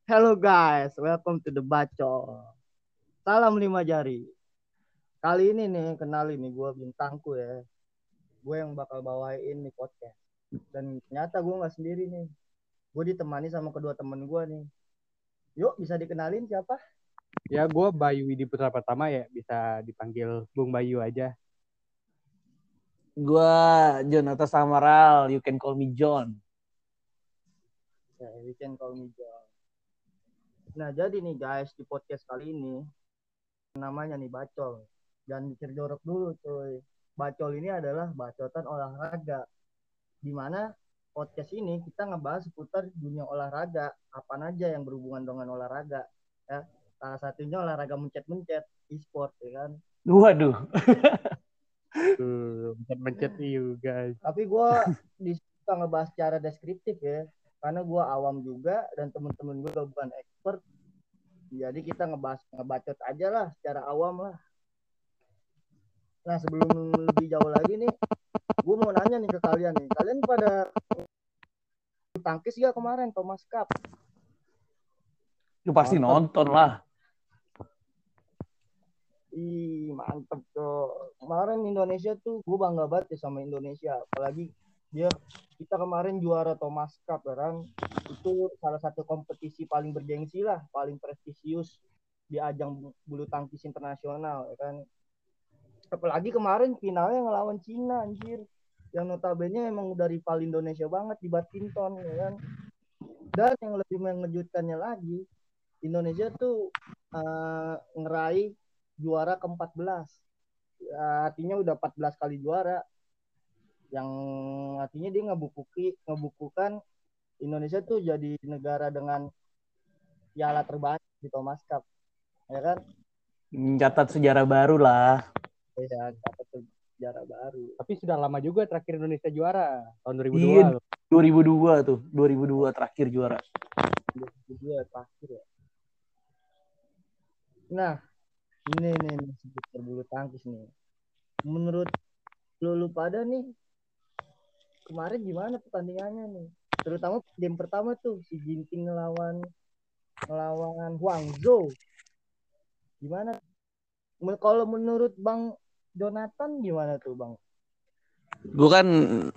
Hello guys, welcome to the Bacol. Salam lima jari. Kali ini nih, kenalin nih gue bintangku ya. Gue yang bakal bawain nih podcast. Dan ternyata gue nggak sendiri nih. Gue ditemani sama kedua temen gue nih. Yuk, bisa dikenalin siapa? Ya, gue Bayu Widi Putra Pertama ya, bisa dipanggil Bung Bayu aja. Gua Jonathan Samaral, you can call me John. Ya, you can call me John. Nah, jadi nih guys, di podcast kali ini, namanya nih Bacol. Dan dicerdorok dulu cuy. Bacol ini adalah bacotan olahraga. Di mana podcast ini kita ngebahas seputar dunia olahraga, apa aja yang berhubungan dengan olahraga ya. Salah satunya olahraga mencet-mencet, e-sport ya kan. Waduh. Mencet-mencet you guys. Tapi gue suka ngebahas secara deskriptif ya, karena gue awam juga dan temen-temen gue bukan expert. Jadi kita ngebacot aja lah secara awam lah. Nah sebelum lebih jauh lagi nih, gue mau nanya nih ke kalian nih. Kalian pada tangkis gak kemarin Thomas Cup? Lu pasti nonton lah. Ih, mantep tuh. Kemarin Indonesia tuh gue bangga banget ya sama Indonesia. Apalagi kita kemarin juara Thomas Cup ya kan. Itu salah satu kompetisi paling bergengsi lah, paling prestisius di ajang bulu tangkis internasional ya kan. Apalagi kemarin finalnya ngelawan Cina anjir. Yang notabene emang udah rival Indonesia banget di badminton ya kan. Dan yang lebih mengejutkannya lagi, Indonesia tuh ngeraih juara ke-14. Ya, artinya udah 14 kali juara. Yang artinya dia ngebukukan Indonesia tuh jadi negara dengan piala terbanyak di Thomas Cup. Ya kan? Mencatat sejarah baru lah. Ya, catat sejarah baru. Tapi sudah lama juga terakhir Indonesia juara, tahun 2002 Iya, loh. 2002 tuh. 2002 terakhir juara. 2002 terakhir ya. Nah, ini seputar bulu tangkis nih. Menurut lu pada nih, kemarin gimana pertandingannya nih? Terutama game pertama tuh si Ginting ngelawan Guangzhou. Gimana? Kalau menurut Bang Jonathan gimana tuh Bang? Gue kan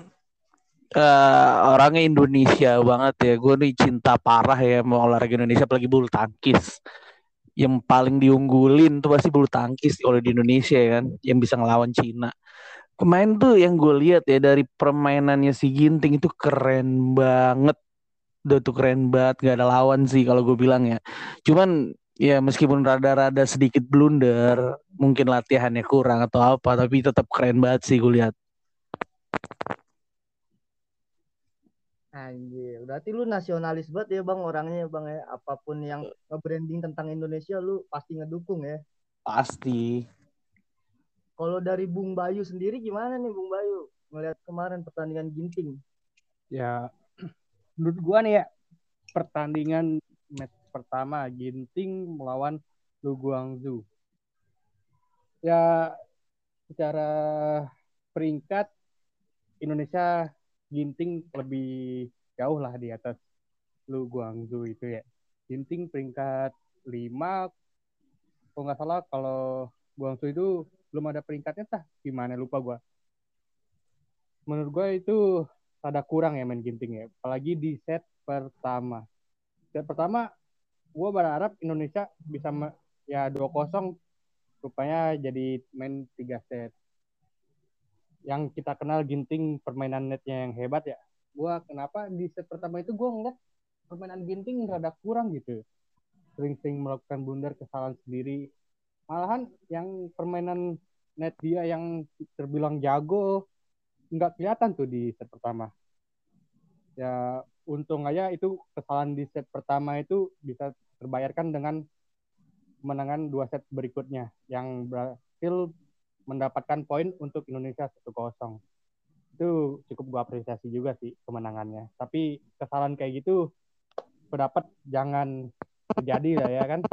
orangnya Indonesia banget ya. Gue nih cinta parah ya sama olahraga Indonesia, apalagi bulu tangkis. Yang paling diunggulin tuh pasti bulu tangkis kalau di Indonesia ya kan, yang bisa ngelawan Cina. Kemarin tuh yang gue lihat ya dari permainannya si Ginting itu keren banget. Udah tuh keren banget, gak ada lawan sih kalau gue bilang ya. Cuman ya meskipun rada-rada sedikit blunder, mungkin latihannya kurang atau apa, tapi tetap keren banget sih gue lihat. Anjir, berarti lu nasionalis banget ya Bang orangnya ya Bang ya. Apapun yang nge-branding tentang Indonesia lu pasti ngedukung ya. Pasti. Kalau dari Bung Bayu sendiri gimana nih Bung Bayu? Ngeliat kemarin pertandingan Ginting. Ya, menurut gue nih ya, pertandingan match pertama Ginting melawan Lu Guangzhou. Ya, secara peringkat Indonesia Ginting lebih jauh lah di atas Lu Guangzhou itu ya. Ginting peringkat 5, kalau nggak salah. Kalau Guangzhou itu belum ada peringkatnya tah, gimana lupa gue. Menurut gue itu ada kurang ya main Ginting ya, apalagi di set pertama. Set pertama gue berharap Indonesia bisa ya 2-0, rupanya jadi main 3 set. Yang kita kenal Ginting permainan netnya yang hebat ya. Kenapa di set pertama itu gue ngeliat permainan Ginting rada kurang gitu. Sering-sering melakukan blunder, kesalahan sendiri. Malahan yang permainan net dia yang terbilang jago nggak kelihatan tuh di set pertama. Ya untung aja itu kesalahan di set pertama itu bisa terbayarkan dengan kemenangan 2 set berikutnya yang berhasil mendapatkan poin untuk Indonesia 1-0. Itu cukup gue apresiasi juga sih kemenangannya. Tapi kesalahan kayak gitu pendapat jangan terjadi lah ya kan.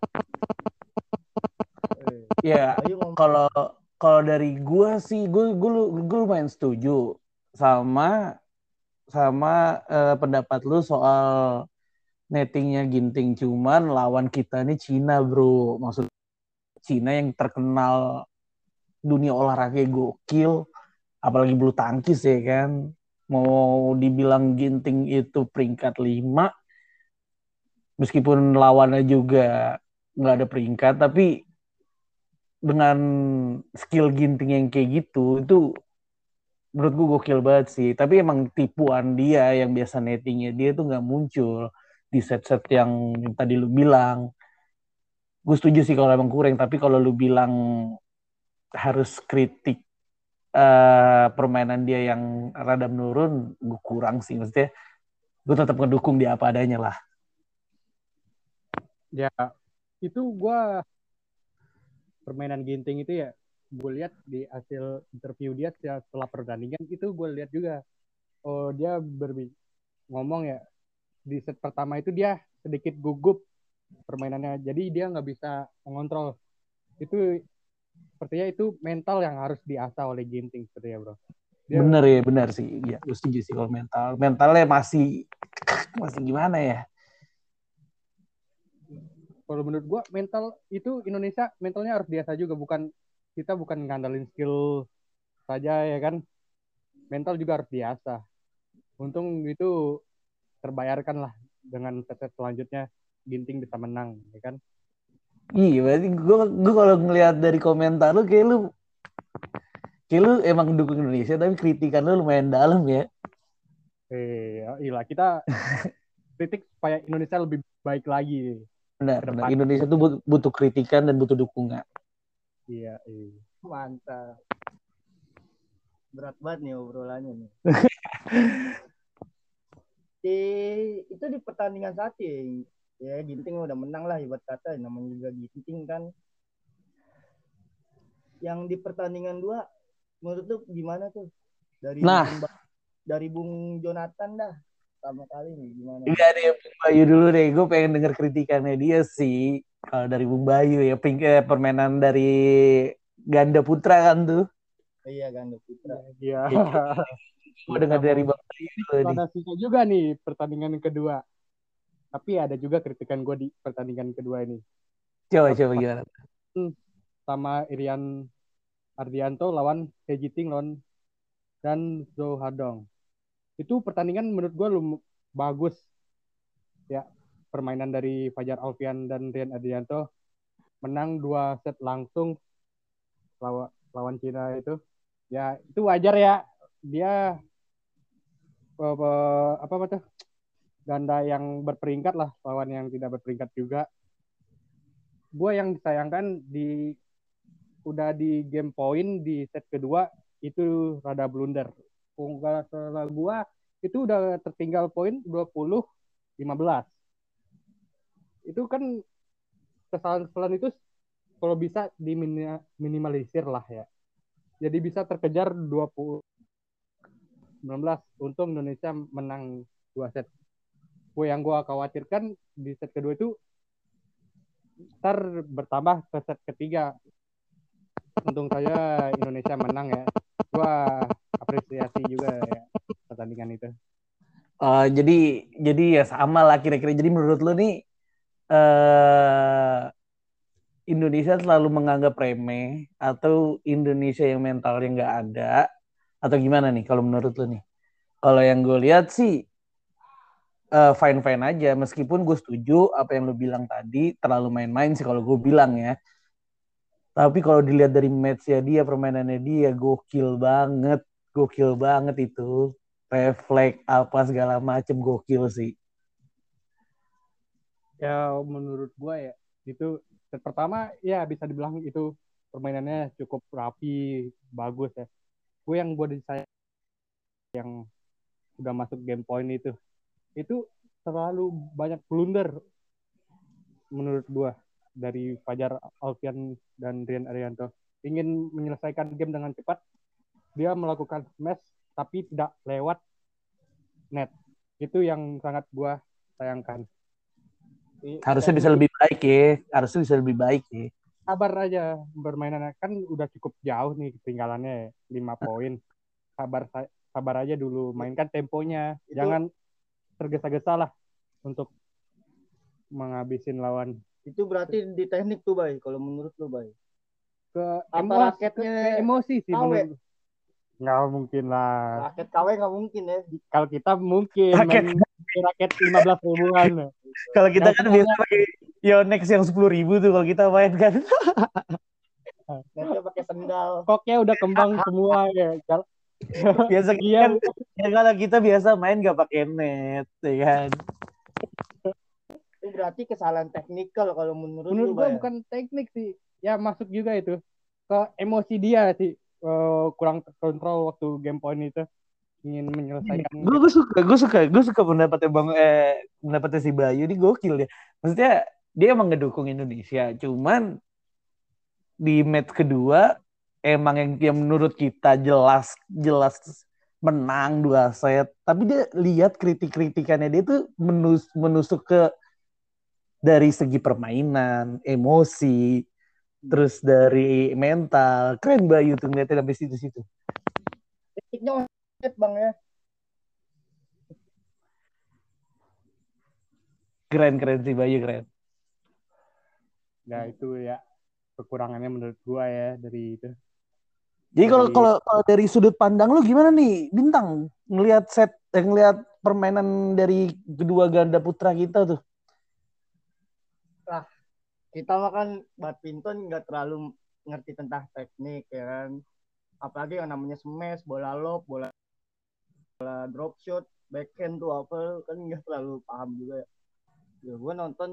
Ya, kalau kalau dari gue sih, gue lumayan setuju sama pendapat lu soal nettingnya Ginting, cuman lawan kita ini Cina bro, maksud Cina yang terkenal dunia olahraga gokil, apalagi bulu tangkis ya kan. Mau dibilang Ginting itu peringkat 5, meskipun lawannya juga nggak ada peringkat, tapi dengan skill Ginting yang kayak gitu, itu menurut gue gokil banget sih. Tapi emang tipuan dia yang biasa nettingnya dia tuh nggak muncul di set-set yang tadi lu bilang. Gue setuju sih kalau emang kurang, tapi kalau lu bilang harus kritik permainan dia yang rada menurun, gue kurang sih. Maksudnya gue tetap ngedukung dia apa adanya lah. Ya, itu gue permainan Ginting itu ya, gue lihat di hasil interview dia setelah pertandingan itu gue lihat juga. Oh, dia ngomong ya, di set pertama itu dia sedikit gugup permainannya. Jadi dia nggak bisa mengontrol. Itu sepertinya itu mental yang harus diasah oleh Ginting sepertinya bro. Dia, Bener ya, bener sih. Ya, gue setuju sih kalau mentalnya masih gimana ya? kalau menurut gue mental itu Indonesia mentalnya harus diasah juga, kita bukan ngandalin skill saja ya kan, mental juga harus diasah. Untung itu terbayarkan lah dengan set selanjutnya Ginting bisa menang ya kan. Iya, berarti gue kalau ngelihat dari komentar kayak lu emang dukung Indonesia, tapi kritikan lu lumayan dalam ya. Iya kita kritik supaya Indonesia lebih baik lagi Benar, ke benar. depan. Indonesia tuh butuh kritikan dan butuh dukungan. Iya, iya. Mantap. Berat banget nih obrolannya nih. Itu di pertandingan satu ya Ginting udah menang lah ibarat kata, namanya juga Ginting kan. Yang di pertandingan 2 menurut lu gimana tuh Nah, dari Bung Jonathan dah pertama kali nih gimana nih? enggak deh, Bung Bayu dulu deh. Gue pengen denger kritikannya dia sih. Kalau dari Bung Bayu ya, permainan dari ganda putra kan tuh. Iya Ganda Putra. Iya. Gue denger Sama dari Bang Bayu dulu nih. eksplanasinya juga nih pertandingan kedua. Tapi ada juga kritikan gue di pertandingan kedua ini. Coba gimana? Sama Irian Ardianto lawan Hejiting lawan dan Zhou Hadong. Itu pertandingan menurut gue bagus ya, permainan dari Fajar Alfian dan Rian Ardianto, menang 2 set langsung lawan Cina itu. Ya itu wajar ya, dia apa tuh ganda yang berperingkat lah lawan yang tidak berperingkat juga. Gue yang disayangkan udah di game point di set kedua itu rada blunder. Kalau salah gue itu udah tertinggal poin 20-15. Itu kan kesalahan-kesalahan itu kalau bisa diminimalisir lah ya. Jadi bisa terkejar 20-19. Untung Indonesia menang 2 set. Yang gue khawatirkan di set kedua itu ntar bertambah ke set ketiga. Untung saja Indonesia menang ya. Gue apresiasi juga ya pertandingan itu. Jadi ya sama lah kira-kira. Jadi menurut lu nih eh Indonesia selalu menganggap remeh atau Indonesia yang mentalnya nggak ada atau gimana nih kalau menurut lu nih? Kalau yang gue lihat sih fine-fine aja, meskipun gue setuju apa yang lu bilang tadi terlalu main-main sih kalau gue bilang ya. Tapi kalau dilihat dari match-nya dia, permainannya dia gokil banget itu. Refleks apa segala macem gokil sih. Ya menurut gue ya itu set pertama ya bisa dibilang itu permainannya cukup rapi, bagus ya. Gue disayang yang udah masuk game point itu terlalu banyak blunder menurut gue dari Fajar Alfian dan Rian Arianto. Ingin menyelesaikan game dengan cepat, dia melakukan smash tapi tidak lewat net. Itu yang sangat gue sayangkan. Harusnya bisa lebih baik ya. Harusnya bisa lebih baik ya. Sabar aja bermainannya, kan udah cukup jauh nih ketinggalannya 5 poin. Sabar aja dulu, mainkan temponya, Itu jangan tergesa-gesa lah untuk menghabisin lawan. Itu berarti di teknik tuh, Bay. Kalau menurut lu, Bay. Ke raketnya emosi sih KW? menurut. Nggak mungkin lah. Raket KW nggak mungkin ya. Kalau kita mungkin main raket 15 ribuan. Kalau kita kan biasa pakai Yonex yang 10.000 tuh kalau kita main kan. Nanti pakai sendal. Koknya udah kembang semua ya. Biasa Iya. kan ya kalau kita biasa main nggak pakai net, ya kan. Itu berarti kesalahan teknikal kalau menurut lu, Gue Bay. bukan teknik sih. Ya masuk juga itu. Ke emosi dia sih. Kurang terkontrol waktu game point itu. Ingin menyelesaikan. Gue suka pendapatnya si Bayu ini gokil ya. Maksudnya dia emang ngedukung Indonesia, cuman di match kedua emang yang menurut kita jelas menang 2 set, tapi dia lihat kritik-kritikannya dia tuh menusuk ke dari segi permainan, emosi, terus dari mental. Keren Bayu tuh ngeliatnya sampai situ-situ. Tekniknya Bang ya. Keren sih Bayu, keren. Nah itu ya kekurangannya menurut gua ya dari itu. Jadi kalau dari sudut pandang lu gimana nih Bintang ngelihat permainan dari kedua ganda putra kita tuh? Lah, kita mah kan badminton nggak terlalu ngerti tentang teknik ya kan. Apalagi yang namanya smash, bola lob, bola drop shot, backhand tuh apa kan nggak terlalu paham juga ya. Ya gue nonton.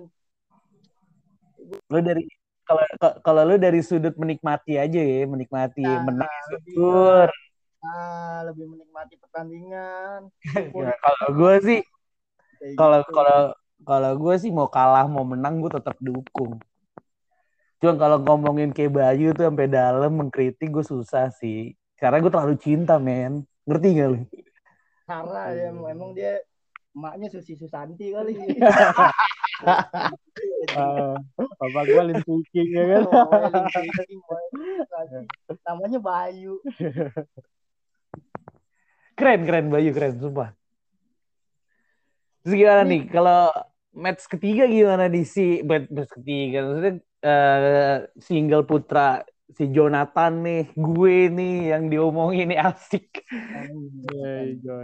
Lu dari kalau lu dari sudut menikmati aja ya, menikmati menang syukur. Lebih menikmati pertandingan. Ya, kalau gue sih kalau gue sih mau kalah mau menang gue tetap dukung. Cuma kalau ngomongin kayak Bayu tuh sampai dalam mengkritik gue susah sih. Karena gue terlalu cinta, men. Ngerti gak lu? Karena ya, emang dia emaknya Susi Susanti kali. Bapak gue Lim Swicking ya kan. Namanya Bayu. Keren Bayu, keren sumpah. Terus gimana nih kalau match ketiga gimana nih match ketiga maksudnya single putra si Jonathan nih, gue nih yang diomongin nih asik. John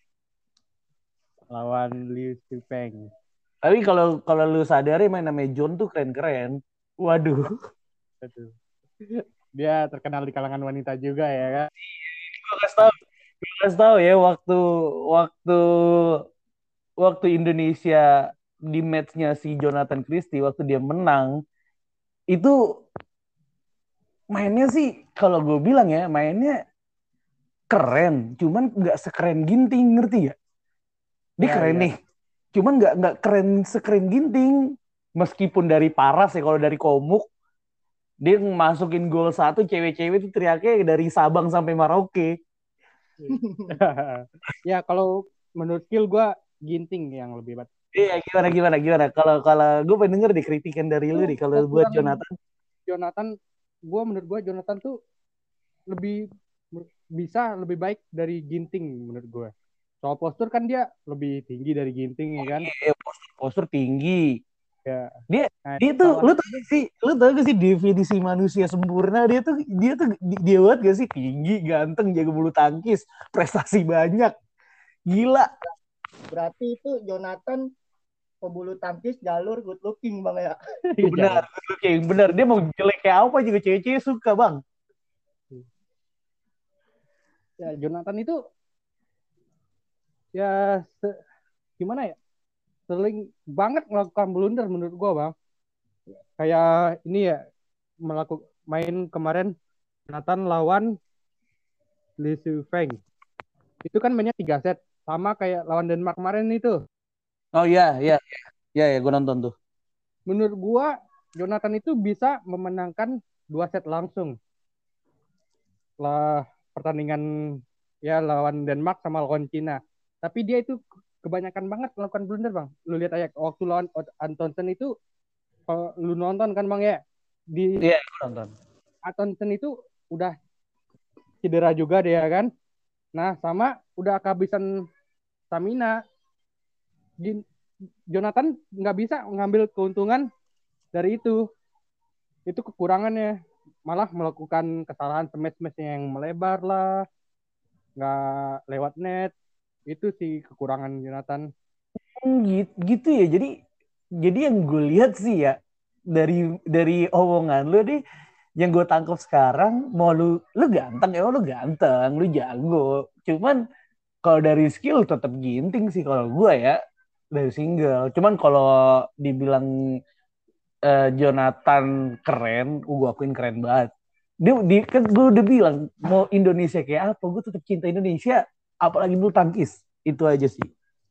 lawan Liu Sipeng. Tapi kalau lu sadari main namanya John tuh keren-keren. Waduh. Dia terkenal di kalangan wanita juga ya kan. Gue kasih tahu ya waktu Indonesia di matchnya si Jonathan Christie waktu dia menang itu mainnya sih kalau gue bilang ya mainnya keren, cuman nggak sekeren Ginting, ngerti gak? Dia keren nih, cuman nggak keren sekeren Ginting. Meskipun dari Paras ya, kalau dari Komuk dia masukin gol 1, cewek-cewek itu teriaknya dari Sabang sampai Merauke. Ya kalau menurut skill gue Ginting yang lebih hebat. Iya gimana? Kalau gue pengen denger deh kritikan dari lu nih kalau buat Jonathan. Menurut gue Jonathan tuh lebih lebih baik dari Ginting menurut gue. Soal postur kan dia lebih tinggi dari Ginting ya kan? Iya, postur tinggi. Ya. Dia tuh lu tau gak sih definisi manusia sempurna dia banget gak sih, tinggi, ganteng, jago bulu tangkis, prestasi banyak. Gila. Berarti itu Jonathan pebulu tangkis jalur good looking Bang ya. Benar, good looking. Benar, dia mau jelek kayak apa juga cewek-cewek suka, Bang. Ya Jonathan itu ya gimana ya? Sering banget melakukan blunder menurut gua, Bang. Kayak ini ya main kemarin Jonathan lawan Lee Su Feng. Itu kan mainnya 3 set sama kayak lawan Denmark kemarin itu. Oh iya, gue nonton tuh. Menurut gua Jonathan itu bisa memenangkan 2 set langsung. Lah pertandingan ya lawan Denmark sama lawan Cina. Tapi dia itu kebanyakan banget melakukan blunder, Bang. Lu lihat aja waktu lawan Antonsen itu kalau lu nonton kan, Bang ya. Iya, gue nonton. Antonsen itu udah cedera juga dia kan. Nah, sama udah kehabisan stamina. Jonathan nggak bisa ngambil keuntungan dari itu. Itu kekurangannya. Malah melakukan kesalahan smash-smash yang melebar lah, nggak lewat net. Itu sih kekurangan Jonathan. Gitu ya. Jadi yang gue lihat sih ya dari omongan lu nih, yang gue tangkap sekarang, mau lu ganteng ya, lu ganteng, lu jago. Cuman kalau dari skill tetap Ginting sih kalau gue ya, dari single. Cuman kalau dibilang Jonathan keren, gue akuin keren banget. Kan gue udah bilang mau Indonesia kayak apa, gue tetap cinta Indonesia, apalagi bulu tangkis. Itu aja sih.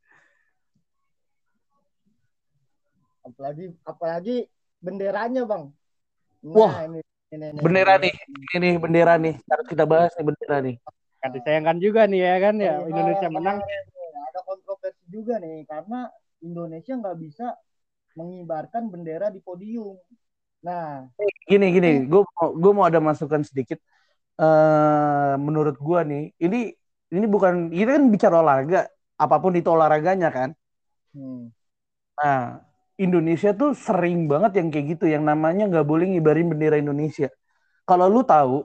Apalagi benderanya bang. Wah, Nah ini bendera bendera. nih, ini bendera nih, harus kita bahas nih bendera nih. Kan disayangkan juga nih ya kan ya, Perihal Indonesia menang. kemarin nih, ada kontroversi juga nih karena Indonesia nggak bisa mengibarkan bendera di podium. Nah, Gini, itu gue mau ada masukan sedikit. Menurut gue nih, ini bukan, kita kan bicara olahraga, apapun itu olahraganya kan. hmm, Nah, Indonesia tuh sering banget yang kayak gitu, yang namanya nggak boleh ngibarin bendera Indonesia. Kalau lu tahu,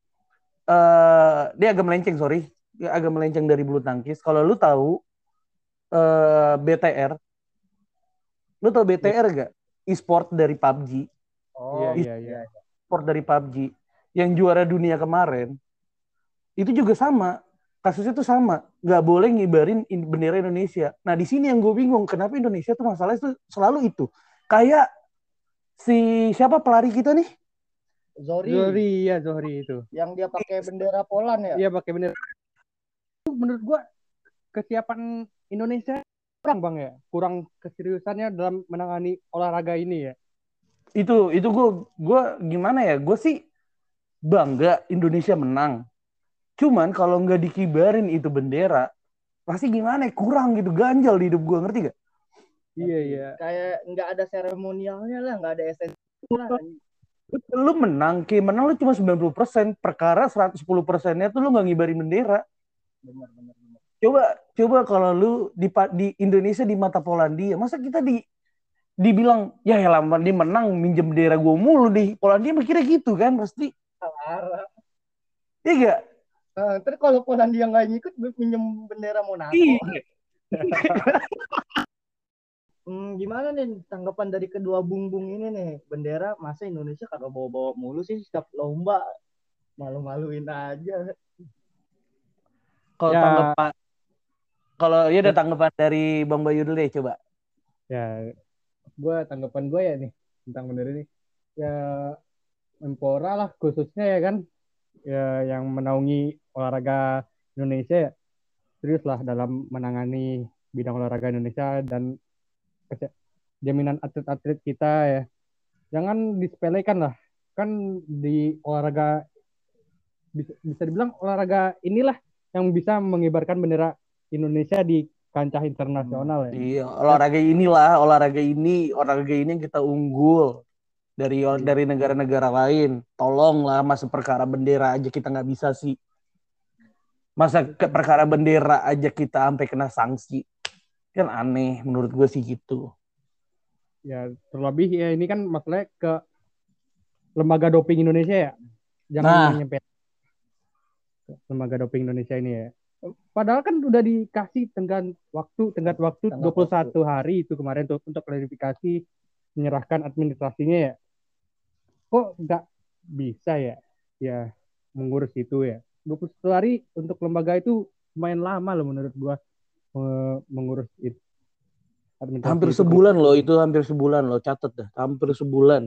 dia agak melenceng, sorry, dia agak melenceng dari bulu tangkis. Kalau lu tahu BTR, lu tahu Ya, BTR gak? E-sport dari PUBG, iya oh iya iya. iya. e-sport dari PUBG, yang juara dunia kemarin, itu juga sama. Kasusnya tuh sama, nggak boleh ngibarin bendera Indonesia. Nah di sini yang gue bingung, kenapa Indonesia tuh masalahnya tuh selalu itu. Kayak si siapa pelari kita nih? Zohri Zohri itu. yang dia pakai bendera Poland ya. Iya pakai bener. Itu menurut gua kesiapan Indonesia kurang bang ya, kurang keseriusannya dalam menangani olahraga ini ya. Itu gue gimana ya? Gue sih bangga Indonesia menang. Cuman kalau nggak dikibarin itu bendera, pasti gimana ya? Kurang gitu, ganjal di hidup gue, ngerti gak? Iya iya. Kayak nggak ada seremonialnya lah, nggak ada esensi lah. Lu menang, menang lu cuma 90%, perkara 110%-nya tuh lu nggak ngibarin bendera. Benar. Coba kalau lu di Indonesia di mata Polandia, masa kita dibilang ya lama dia menang minjem bendera gue mulu di Polandia, mikirnya gitu kan pasti. Parah. Iya gak? Nah, terus kalau Polandia nggak ngikut pinjem bendera Monaco. Iya. Gimana nih tanggapan dari kedua bung-bung ini nih? Bendera masa Indonesia kagak bawa-bawa mulu sih setiap lomba, malu-maluin aja. Kalau Ya tanggapan, kalau ya ada tanggapan dari Bang Bayu dulu deh, coba. ya, tanggapan gue ya nih tentang bener ini. Ya Menpora lah khususnya ya kan, ya yang menaungi olahraga Indonesia ya serius lah dalam menangani bidang olahraga Indonesia dan jaminan atlet-atlet kita ya. Jangan disepelekan lah. Kan di olahraga bisa dibilang olahraga inilah yang bisa mengibarkan bendera Indonesia di kancah internasional ya. Iya, Ya, olahraga ini yang kita unggul dari negara-negara lain. Tolonglah, masa perkara bendera aja kita nggak bisa sih. Masa perkara bendera aja kita sampai kena sanksi, kan aneh menurut gue sih gitu. ya terlebih ya ini kan masalahnya ke lembaga doping Indonesia ya. Jangan Nah, nyampe lembaga doping Indonesia ini ya. Padahal kan udah dikasih tenggat waktu 21 hari itu kemarin tuh untuk klarifikasi menyerahkan administrasinya ya. Kok nggak bisa ya mengurus itu ya. 21 hari untuk lembaga itu lumayan lama loh menurut gua mengurus itu, administrasi hampir itu. sebulan loh, itu hampir sebulan loh, catet dah, hampir sebulan.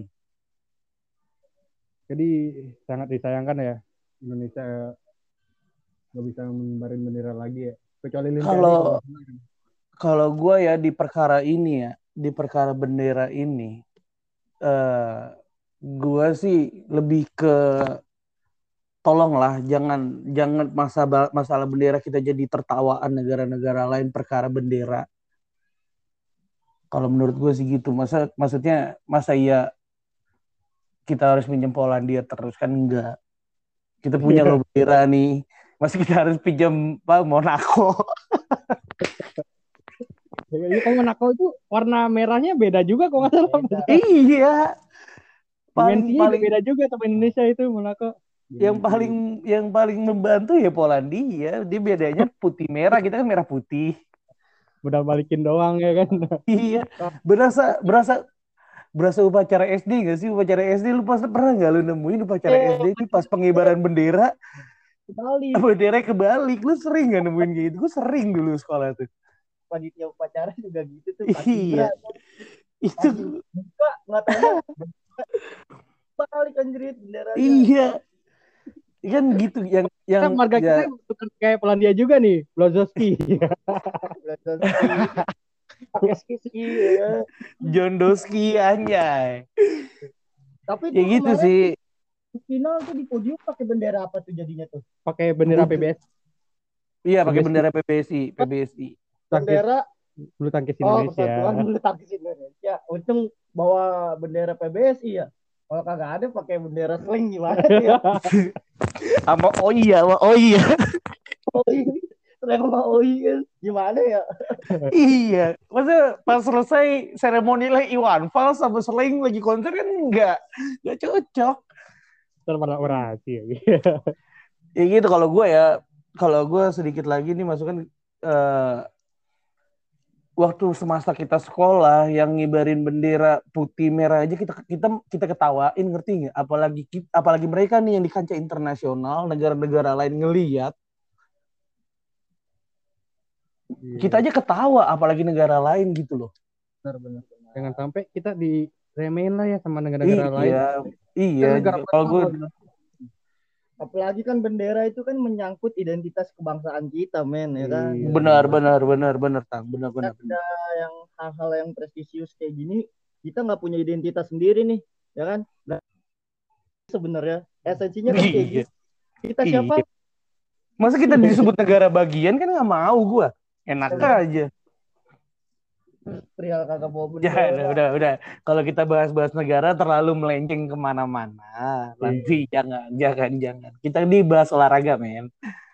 Jadi sangat disayangkan ya Indonesia nggak bisa mengibarin bendera lagi ya. Kecuali Olimpiade Kalau kalau nggak salah. kalau gue ya di perkara ini ya, di perkara bendera ini, eh gue sih lebih ke tolonglah jangan jangan masalah bendera kita jadi tertawaan negara-negara lain perkara bendera. Kalau menurut gue sih gitu. Maksudnya masa iya kita harus pinjam Polandia terus, kan enggak. Kita punya loh bendera nih. Masa kita harus pinjam Monaco. Iya, kalau Monaco itu warna merahnya beda juga kok nggak salah. Beda. Iya, paling Dimensinya juga paling beda juga sama Indonesia itu Monaco. yang paling membantu ya Polandia. Dia bedanya putih merah, kita kan merah putih. Udah balikin doang ya kan. Iya, berasa berasa berasa upacara SD gak sih? Upacara SD lu pasti pernah nggak lu nemuin upacara SD ini pas pengibaran bendera, Bali bendera kebalik. Lu sering gak nemuin kayak gitu? Gue sering dulu sekolah tuh. panitia upacara juga gitu tuh pas Iya, Indra itu pas buka nggak taunya balik anjrit benderanya. iya, kan gitu yang Kita marga ya kita bukan kayak Polandia juga nih, Blazowski. Lewandowski pakai ski ya. John Doski anjay. Tapi Ya tuh gitu kemarin sih. final tuh di podium pakai bendera apa tuh jadinya tuh? Pakai bendera PBS, Iya pakai PBSI, bendera PBSI, PBSI. tangkis Bendera bulu tangkis Indonesia. Persatuan Bulu Tangkis Indonesia. Untung bawa bendera PBSI ya. Kalau kagak ada pakai bendera sling gimana tuh ya? Sama oh iya, oh iya. OI, sling sama OI kan. Gimana ya? Iya, masa pas selesai seremoni lah Iwan Fals sama Slang lagi konser kan nggak cocok. Terus pada orasi ya. Ya gitu kalau gue sedikit lagi nih masukan eh, waktu semasa kita sekolah yang ngibarin bendera putih merah aja kita ketawain ngerti nggak? Apalagi mereka nih yang di kancah internasional negara-negara lain ngeliat kita aja ketawa apalagi negara lain gitu loh. Benar-benar. Jangan sampai kita diremehin lah ya sama negara-negara lain. Iya, iya. Kan negara Kalau gue Apalagi kan bendera itu kan menyangkut identitas kebangsaan kita, men, ya kan. Iya. benar tang benar. Ada yang hal-hal yang prestisius kayak gini, kita nggak punya identitas sendiri nih, ya kan? Nah, sebenarnya esensinya kan kayak Iya. gitu. Kita siapa? Iya. Masa kita disebut negara bagian kan nggak mau gue. Enak aja. Perihal kagak bawa Ya, bendera. udah. Kalau kita bahas-bahas negara terlalu melenceng kemana-mana. Nanti jangan. Kita dibahas olahraga, men.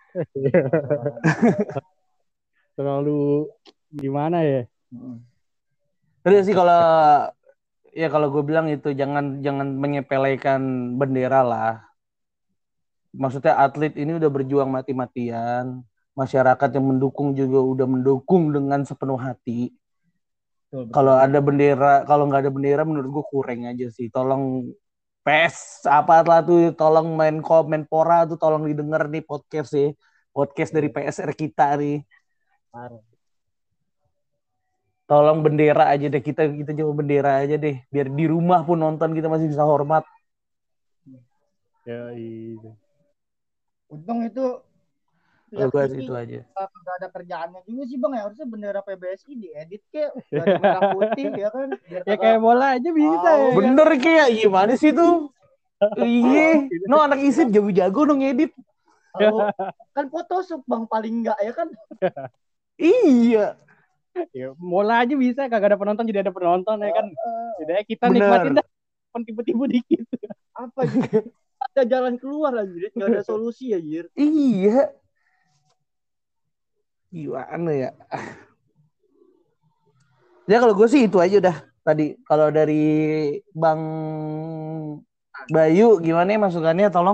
Terlalu gimana ya? Terus sih kalau gue bilang itu jangan menyepelekan bendera lah. Maksudnya atlet ini udah berjuang mati-matian. Masyarakat yang mendukung juga udah mendukung dengan sepenuh hati. Kalau nggak ada bendera menurut gue kurang aja sih. Tolong PES apa lah tuh, tolong Menpora tuh tolong didengar nih podcast sih. Podcast dari PSR kita nih. Tolong bendera aja deh, kita coba bendera aja deh. Biar di rumah pun nonton kita masih bisa hormat. Ya, iya. Untung itu Kalau pihak gue TV sih itu aja. nggak ada kerjaannya juga sih bang ya, harusnya bendera PBSI diedit kayak dari merah putih ya kan biar Ya kayak bola aja bisa ya. Kan? Bener kayak gimana sih tuh? Iya, no anak isip jago-jago no ngedit. Kan Photoshop bang paling enggak ya kan. Iya. Ya, bola aja bisa, kagak ada penonton jadi ada penonton ya kan. Jadi kita Bener. nikmatin dah, tiba-tiba dikit. Apa gitu? Ada jalan keluar aja, nggak ada solusi ya Jir. Iya. Gimana ya? Ya kalau gue sih itu aja udah tadi. Kalau dari Bang Bayu gimana ya masukannya tolong?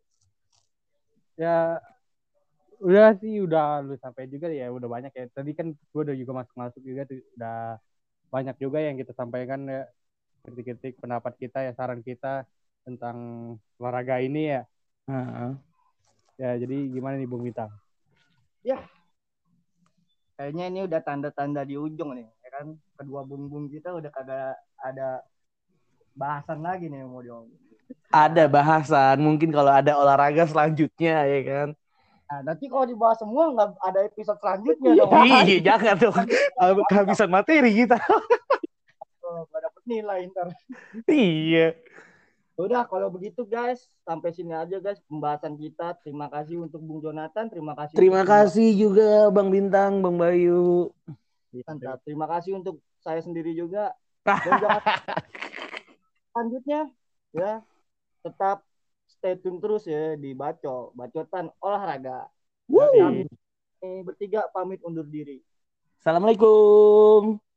Ya udah sih, udah lu sampai juga ya, udah banyak ya. Tadi kan gue udah juga masuk juga tuh, udah banyak juga yang kita sampaikan ya, kritik-kritik pendapat kita ya, saran kita tentang olahraga ini ya. Ya jadi gimana nih Bung Bintang? Ya kayaknya ini udah tanda-tanda di ujung nih ya kan, kedua bung kita udah kagak ada bahasan lagi nih mau diomongin. Ada bahasan mungkin kalau ada olahraga selanjutnya ya kan. Nah, nanti kalau dibahas semua nggak ada episode selanjutnya dong. Iya jangan dong, kehabisan materi kita. Nggak dapet nilai ntar. Iya. Udah kalau begitu guys, sampai sini aja guys pembahasan kita. Terima kasih untuk Bung Jonathan, terima kasih juga Bang Bintang, Bang Bayu. Terima kasih untuk saya sendiri juga. Dan jangan selanjutnya ya tetap stay tune terus ya di Bacotan Olahraga. Kami bertiga pamit undur diri. Assalamualaikum.